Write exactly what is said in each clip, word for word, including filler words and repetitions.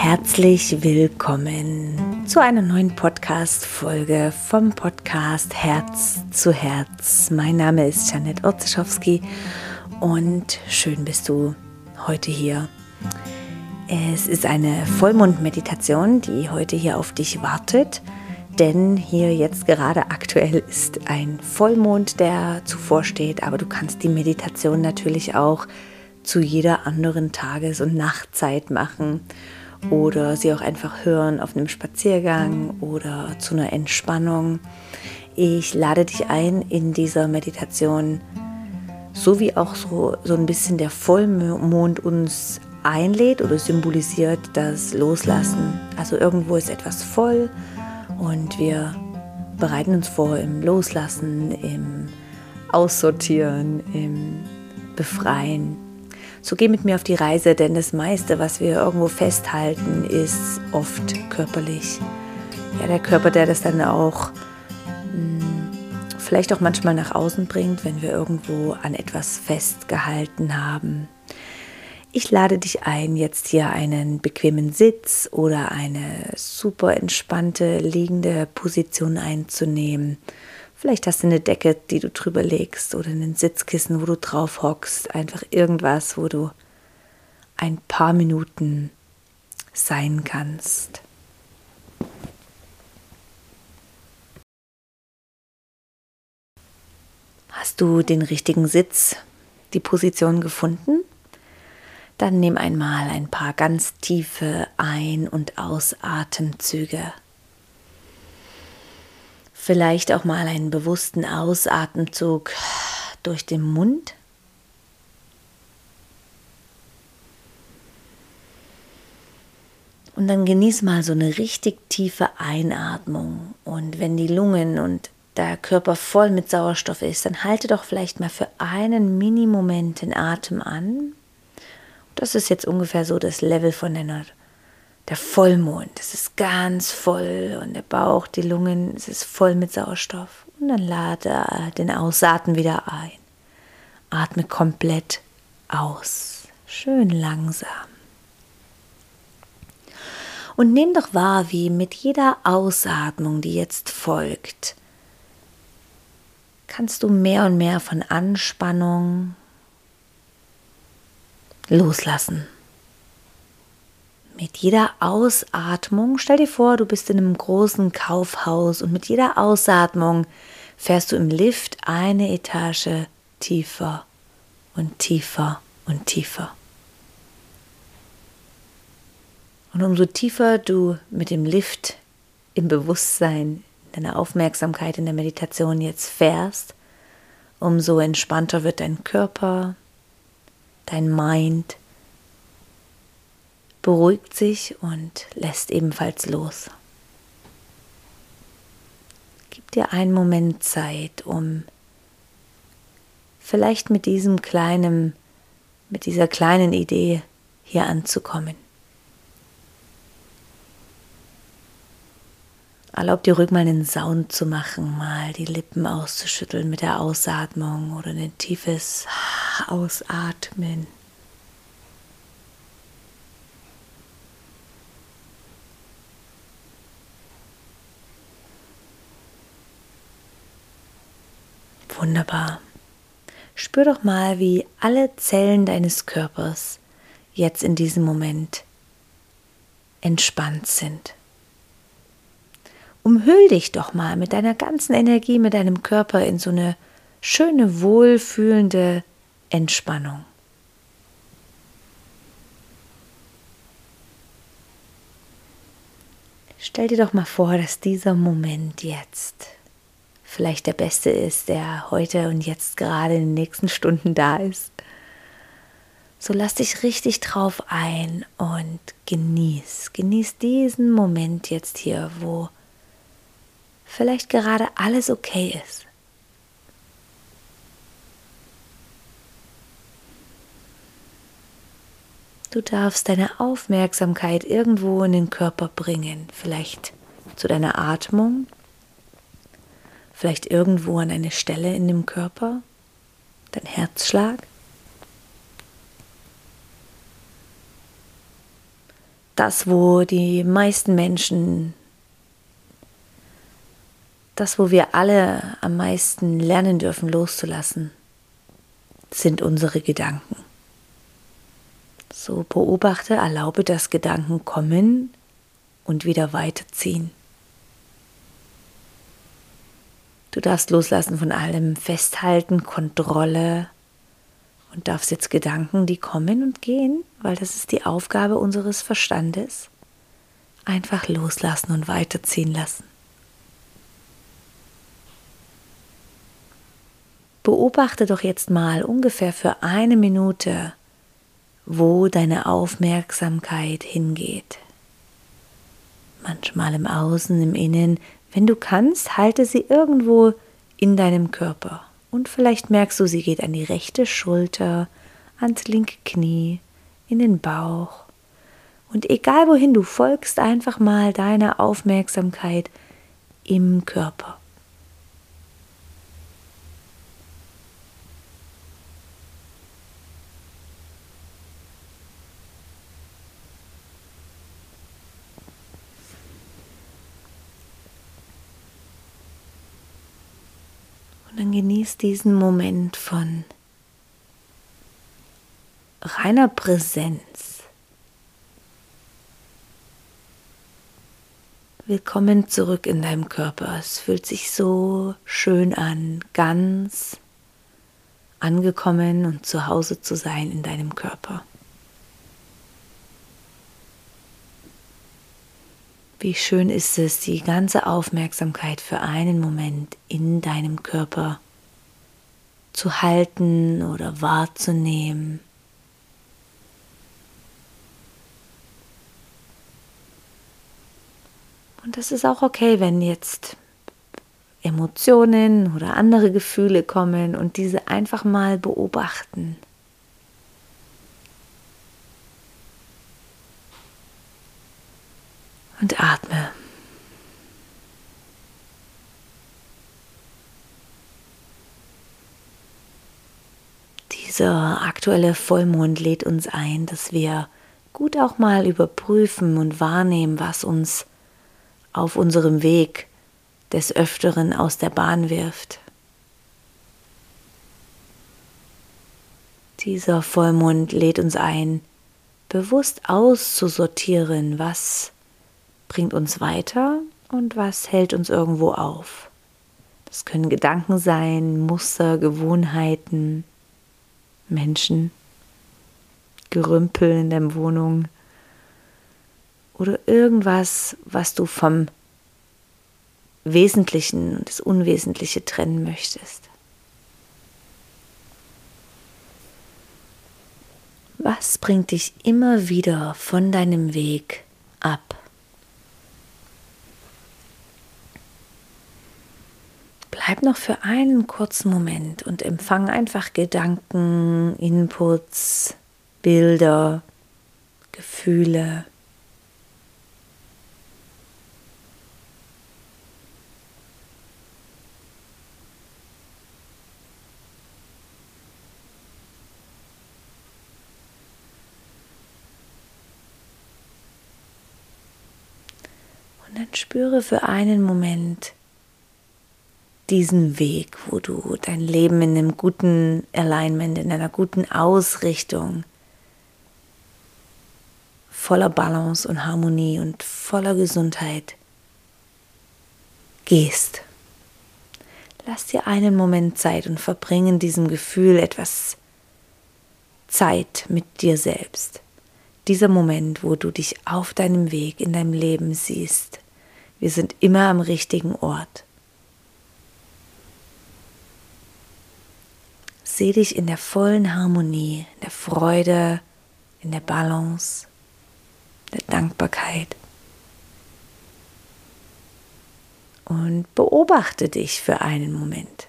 Herzlich willkommen zu einer neuen Podcast-Folge vom Podcast Herz zu Herz. Mein Name ist Jeanette Orzeschowski und schön bist du heute hier. Es ist eine Vollmond-Meditation, die heute hier auf dich wartet, denn hier jetzt gerade aktuell ist ein Vollmond, der zuvor steht, aber du kannst die Meditation natürlich auch zu jeder anderen Tages- und Nachtzeit machen oder sie auch einfach hören auf einem Spaziergang oder zu einer Entspannung. Ich lade dich ein in dieser Meditation, so wie auch so, so ein bisschen der Vollmond uns einlädt oder symbolisiert das Loslassen. Also irgendwo ist etwas voll und wir bereiten uns vor im Loslassen, im Aussortieren, im Befreien. So geh mit mir auf die Reise, denn das meiste, was wir irgendwo festhalten, ist oft körperlich. Ja, der Körper, der das dann auch mh, vielleicht auch manchmal nach außen bringt, wenn wir irgendwo an etwas festgehalten haben. Ich lade dich ein, jetzt hier einen bequemen Sitz oder eine super entspannte liegende Position einzunehmen. Vielleicht hast du eine Decke, die du drüber legst oder einen Sitzkissen, wo du drauf hockst. Einfach irgendwas, wo du ein paar Minuten sein kannst. Hast du den richtigen Sitz, die Position gefunden? Dann nimm einmal ein paar ganz tiefe Ein- und Ausatemzüge. Vielleicht auch mal einen bewussten Ausatemzug durch den Mund. Und dann genieß mal so eine richtig tiefe Einatmung. Und wenn die Lungen und der Körper voll mit Sauerstoff ist, dann halte doch vielleicht mal für einen Mini-Moment den Atem an. Das ist jetzt ungefähr so das Level von deiner Der Vollmond, es ist ganz voll und der Bauch, die Lungen, es ist voll mit Sauerstoff. Und dann lade den Ausatmen wieder ein. Atme komplett aus. Schön langsam. Und nimm doch wahr, wie mit jeder Ausatmung, die jetzt folgt, kannst du mehr und mehr von Anspannung loslassen. Mit jeder Ausatmung, stell dir vor, du bist in einem großen Kaufhaus und mit jeder Ausatmung fährst du im Lift eine Etage tiefer und tiefer und tiefer. Und umso tiefer du mit dem Lift im Bewusstsein, in deiner Aufmerksamkeit in der Meditation jetzt fährst, umso entspannter wird dein Körper, dein Mind, beruhigt sich und lässt ebenfalls los. Gib dir einen Moment Zeit, um vielleicht mit diesem kleinen, mit dieser kleinen Idee hier anzukommen. Erlaub dir ruhig mal einen Sound zu machen, mal die Lippen auszuschütteln mit der Ausatmung oder ein tiefes Ausatmen. Wunderbar. Spür doch mal, wie alle Zellen deines Körpers jetzt in diesem Moment entspannt sind. Umhüll dich doch mal mit deiner ganzen Energie, mit deinem Körper in so eine schöne, wohlfühlende Entspannung. Stell dir doch mal vor, dass dieser Moment jetzt vielleicht der beste ist, der heute und jetzt gerade in den nächsten Stunden da ist. So lass dich richtig drauf ein und genieß, genieß diesen Moment jetzt hier, wo vielleicht gerade alles okay ist. Du darfst deine Aufmerksamkeit irgendwo in den Körper bringen, vielleicht zu deiner Atmung, vielleicht irgendwo an eine Stelle in dem Körper, dein Herzschlag. das, wo die meisten Menschen, das, wo wir alle am meisten lernen dürfen loszulassen, sind unsere Gedanken. So beobachte, erlaube, dass Gedanken kommen und wieder weiterziehen. Du darfst loslassen von allem, Festhalten, Kontrolle und darfst jetzt Gedanken, die kommen und gehen, weil das ist die Aufgabe unseres Verstandes, einfach loslassen und weiterziehen lassen. Beobachte doch jetzt mal ungefähr für eine Minute, wo deine Aufmerksamkeit hingeht. Manchmal im Außen, im Innen. Wenn du kannst, halte sie irgendwo in deinem Körper. Und vielleicht merkst du, sie geht an die rechte Schulter, ans linke Knie, in den Bauch. Und egal wohin du folgst, einfach mal deiner Aufmerksamkeit im Körper. Und dann genieß diesen Moment von reiner Präsenz. Willkommen zurück in deinem Körper. Es fühlt sich so schön an, ganz angekommen und zu Hause zu sein in deinem Körper. Wie schön ist es, die ganze Aufmerksamkeit für einen Moment in deinem Körper zu halten oder wahrzunehmen. Und das ist auch okay, wenn jetzt Emotionen oder andere Gefühle kommen und diese einfach mal beobachten. Und atme. Dieser aktuelle Vollmond lädt uns ein, dass wir gut auch mal überprüfen und wahrnehmen, was uns auf unserem Weg des Öfteren aus der Bahn wirft. Dieser Vollmond lädt uns ein, bewusst auszusortieren, was bringt uns weiter und was hält uns irgendwo auf. Das können Gedanken sein, Muster, Gewohnheiten, Menschen, Gerümpel in der Wohnung oder irgendwas, was du vom Wesentlichen und das Unwesentliche trennen möchtest. Was bringt dich immer wieder von deinem Weg ab? Bleib noch für einen kurzen Moment und empfang einfach Gedanken, Inputs, Bilder, Gefühle. Und dann spüre für einen Moment diesen Weg, wo du dein Leben in einem guten Alignment, in einer guten Ausrichtung, voller Balance und Harmonie und voller Gesundheit gehst. Lass dir einen Moment Zeit und verbringe in diesem Gefühl etwas Zeit mit dir selbst. Dieser Moment, wo du dich auf deinem Weg in deinem Leben siehst. Wir sind immer am richtigen Ort. Sieh dich in der vollen Harmonie, in der Freude, in der Balance, der Dankbarkeit. Und beobachte dich für einen Moment.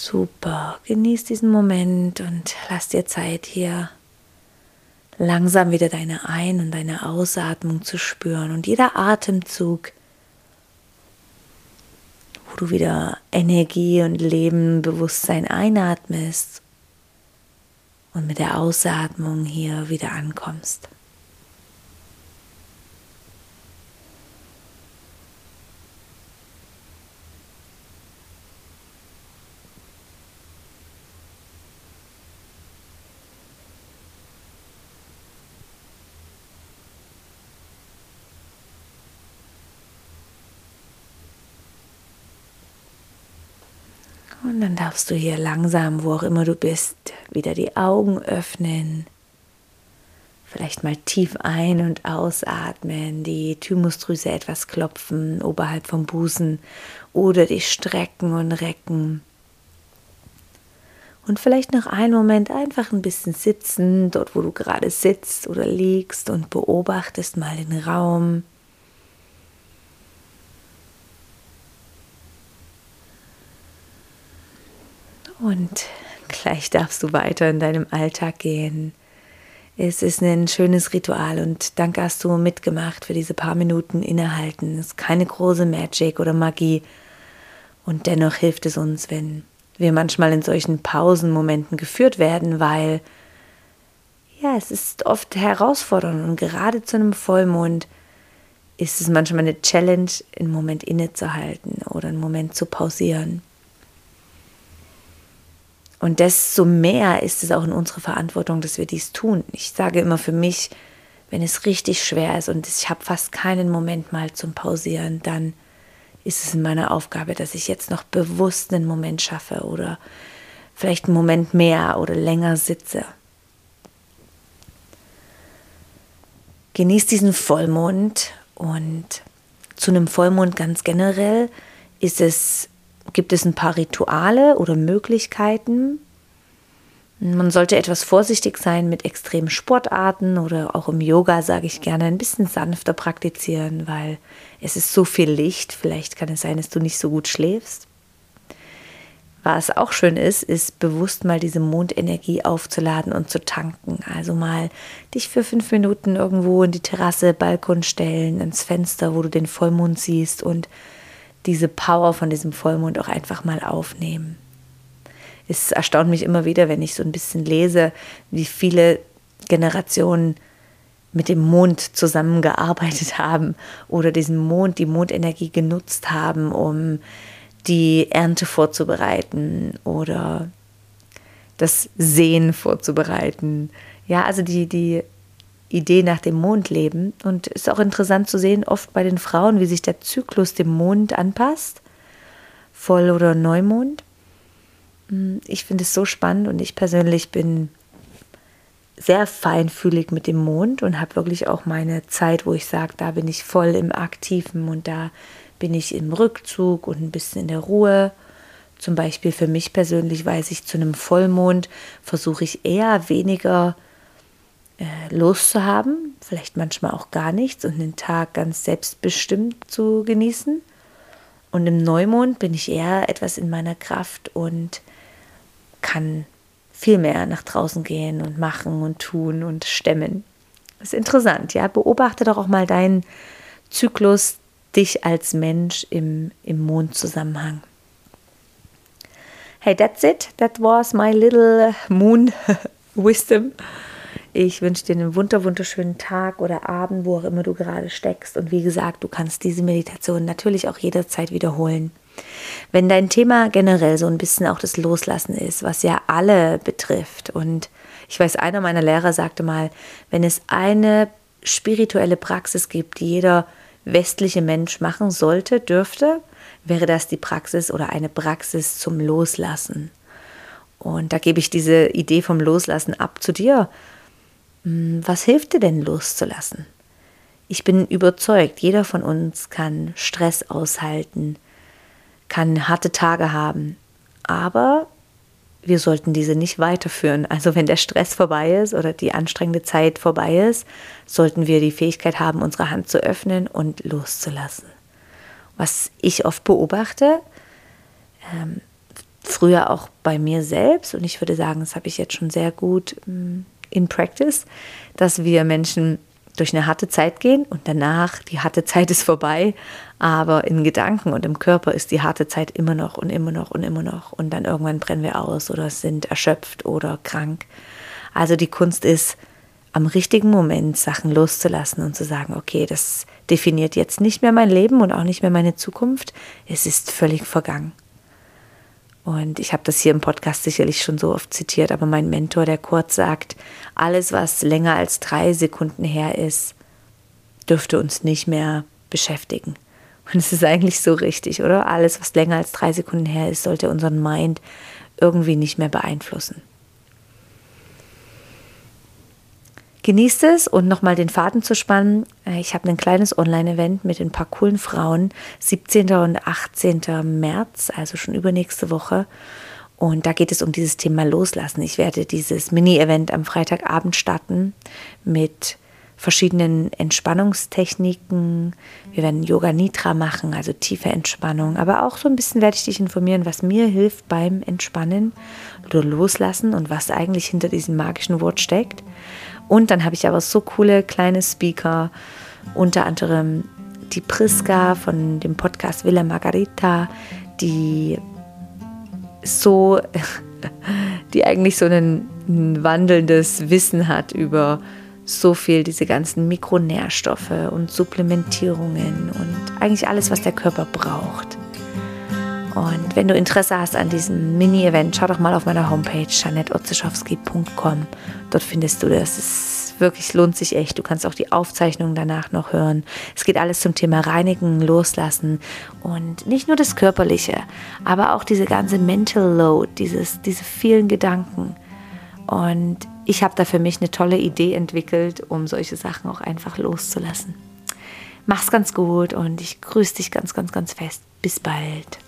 Super, genieß diesen Moment und lass dir Zeit, hier langsam wieder deine Ein- und deine Ausatmung zu spüren. Und jeder Atemzug, wo du wieder Energie und Leben, Bewusstsein einatmest und mit der Ausatmung hier wieder ankommst. Und dann darfst du hier langsam, wo auch immer du bist, wieder die Augen öffnen. Vielleicht mal tief ein- und ausatmen, die Thymusdrüse etwas klopfen oberhalb vom Busen oder dich strecken und recken. Und vielleicht noch einen Moment einfach ein bisschen sitzen, dort wo du gerade sitzt oder liegst und beobachtest mal den Raum. Und gleich darfst du weiter in deinem Alltag gehen. Es ist ein schönes Ritual und danke, hast du mitgemacht für diese paar Minuten innehalten. Es ist keine große Magic oder Magie. Und dennoch hilft es uns, wenn wir manchmal in solchen Pausenmomenten geführt werden, weil ja, es ist oft herausfordernd und gerade zu einem Vollmond ist es manchmal eine Challenge, einen Moment innezuhalten oder einen Moment zu pausieren. Und desto mehr ist es auch in unserer Verantwortung, dass wir dies tun. Ich sage immer für mich, wenn es richtig schwer ist und ich habe fast keinen Moment mal zum Pausieren, dann ist es in meiner Aufgabe, dass ich jetzt noch bewusst einen Moment schaffe oder vielleicht einen Moment mehr oder länger sitze. Genieß diesen Vollmond und zu einem Vollmond ganz generell ist es gibt es ein paar Rituale oder Möglichkeiten. Man sollte etwas vorsichtig sein mit extremen Sportarten oder auch im Yoga, sage ich gerne, ein bisschen sanfter praktizieren, weil es ist so viel Licht. Vielleicht kann es sein, dass du nicht so gut schläfst. Was auch schön ist, ist bewusst mal diese Mondenergie aufzuladen und zu tanken. Also mal dich für fünf Minuten irgendwo in die Terrasse, Balkon stellen, ins Fenster, wo du den Vollmond siehst und diese Power von diesem Vollmond auch einfach mal aufnehmen. Es erstaunt mich immer wieder, wenn ich so ein bisschen lese, wie viele Generationen mit dem Mond zusammengearbeitet haben oder diesen Mond, die Mondenergie genutzt haben, um die Ernte vorzubereiten oder das Sehen vorzubereiten. Ja, also die, die Idee nach dem Mondleben. Und es ist auch interessant zu sehen, oft bei den Frauen, wie sich der Zyklus dem Mond anpasst. Voll- oder Neumond. Ich finde es so spannend und ich persönlich bin sehr feinfühlig mit dem Mond und habe wirklich auch meine Zeit, wo ich sage, da bin ich voll im Aktiven und da bin ich im Rückzug und ein bisschen in der Ruhe. Zum Beispiel für mich persönlich weiß ich, zu einem Vollmond versuche ich eher weniger äh, loszuhaben, vielleicht manchmal auch gar nichts und den Tag ganz selbstbestimmt zu genießen. Und im Neumond bin ich eher etwas in meiner Kraft und kann viel mehr nach draußen gehen und machen und tun und stemmen. Das ist interessant, ja. Beobachte doch auch mal deinen Zyklus, dich als Mensch im, im Mondzusammenhang. Hey, that's it. That was my little moon wisdom. Ich wünsche dir einen wunder, wunderschönen Tag oder Abend, wo auch immer du gerade steckst. Und wie gesagt, du kannst diese Meditation natürlich auch jederzeit wiederholen. Wenn dein Thema generell so ein bisschen auch das Loslassen ist, was ja alle betrifft. Und ich weiß, einer meiner Lehrer sagte mal, wenn es eine spirituelle Praxis gibt, die jeder westliche Mensch machen sollte, dürfte, wäre das die Praxis oder eine Praxis zum Loslassen. Und da gebe ich diese Idee vom Loslassen ab zu dir. Was hilft dir denn loszulassen? Ich bin überzeugt, jeder von uns kann Stress aushalten, kann harte Tage haben, aber wir sollten diese nicht weiterführen. Also wenn der Stress vorbei ist oder die anstrengende Zeit vorbei ist, sollten wir die Fähigkeit haben, unsere Hand zu öffnen und loszulassen. Was ich oft beobachte, ähm, früher auch bei mir selbst, und ich würde sagen, das habe ich jetzt schon sehr gut in Practice, dass wir Menschen durch eine harte Zeit gehen und danach, die harte Zeit ist vorbei, aber in Gedanken und im Körper ist die harte Zeit immer noch und immer noch und immer noch und dann irgendwann brennen wir aus oder sind erschöpft oder krank. Also die Kunst ist, am richtigen Moment Sachen loszulassen und zu sagen, okay, das definiert jetzt nicht mehr mein Leben und auch nicht mehr meine Zukunft, es ist völlig vergangen. Und ich habe das hier im Podcast sicherlich schon so oft zitiert, aber mein Mentor, der Kurt, sagt, alles, was länger als drei Sekunden her ist, dürfte uns nicht mehr beschäftigen. Und es ist eigentlich so richtig, oder? Alles, was länger als drei Sekunden her ist, sollte unseren Mind irgendwie nicht mehr beeinflussen. Genießt es, und nochmal den Faden zu spannen. Ich habe ein kleines Online-Event mit ein paar coolen Frauen, siebzehnten und achtzehnten März, also schon übernächste Woche. Und da geht es um dieses Thema Loslassen. Ich werde dieses Mini-Event am Freitagabend starten mit verschiedenen Entspannungstechniken. Wir werden Yoga Nidra machen, also tiefe Entspannung. Aber auch so ein bisschen werde ich dich informieren, was mir hilft beim Entspannen oder Loslassen und was eigentlich hinter diesem magischen Wort steckt. Und dann habe ich aber so coole kleine Speaker, unter anderem die Priska von dem Podcast Villa Margarita, die so, die eigentlich so ein, ein wandelndes Wissen hat über so viel, diese ganzen Mikronährstoffe und Supplementierungen und eigentlich alles, was der Körper braucht. Und wenn du Interesse hast an diesem Mini-Event, schau doch mal auf meiner Homepage janette otzeschowski punkt com. Dort findest du das. Es wirklich lohnt sich echt. Du kannst auch die Aufzeichnungen danach noch hören. Es geht alles zum Thema Reinigen, Loslassen und nicht nur das Körperliche, aber auch diese ganze Mental Load, dieses, diese vielen Gedanken. Und ich habe da für mich eine tolle Idee entwickelt, um solche Sachen auch einfach loszulassen. Mach's ganz gut und ich grüße dich ganz, ganz, ganz fest. Bis bald.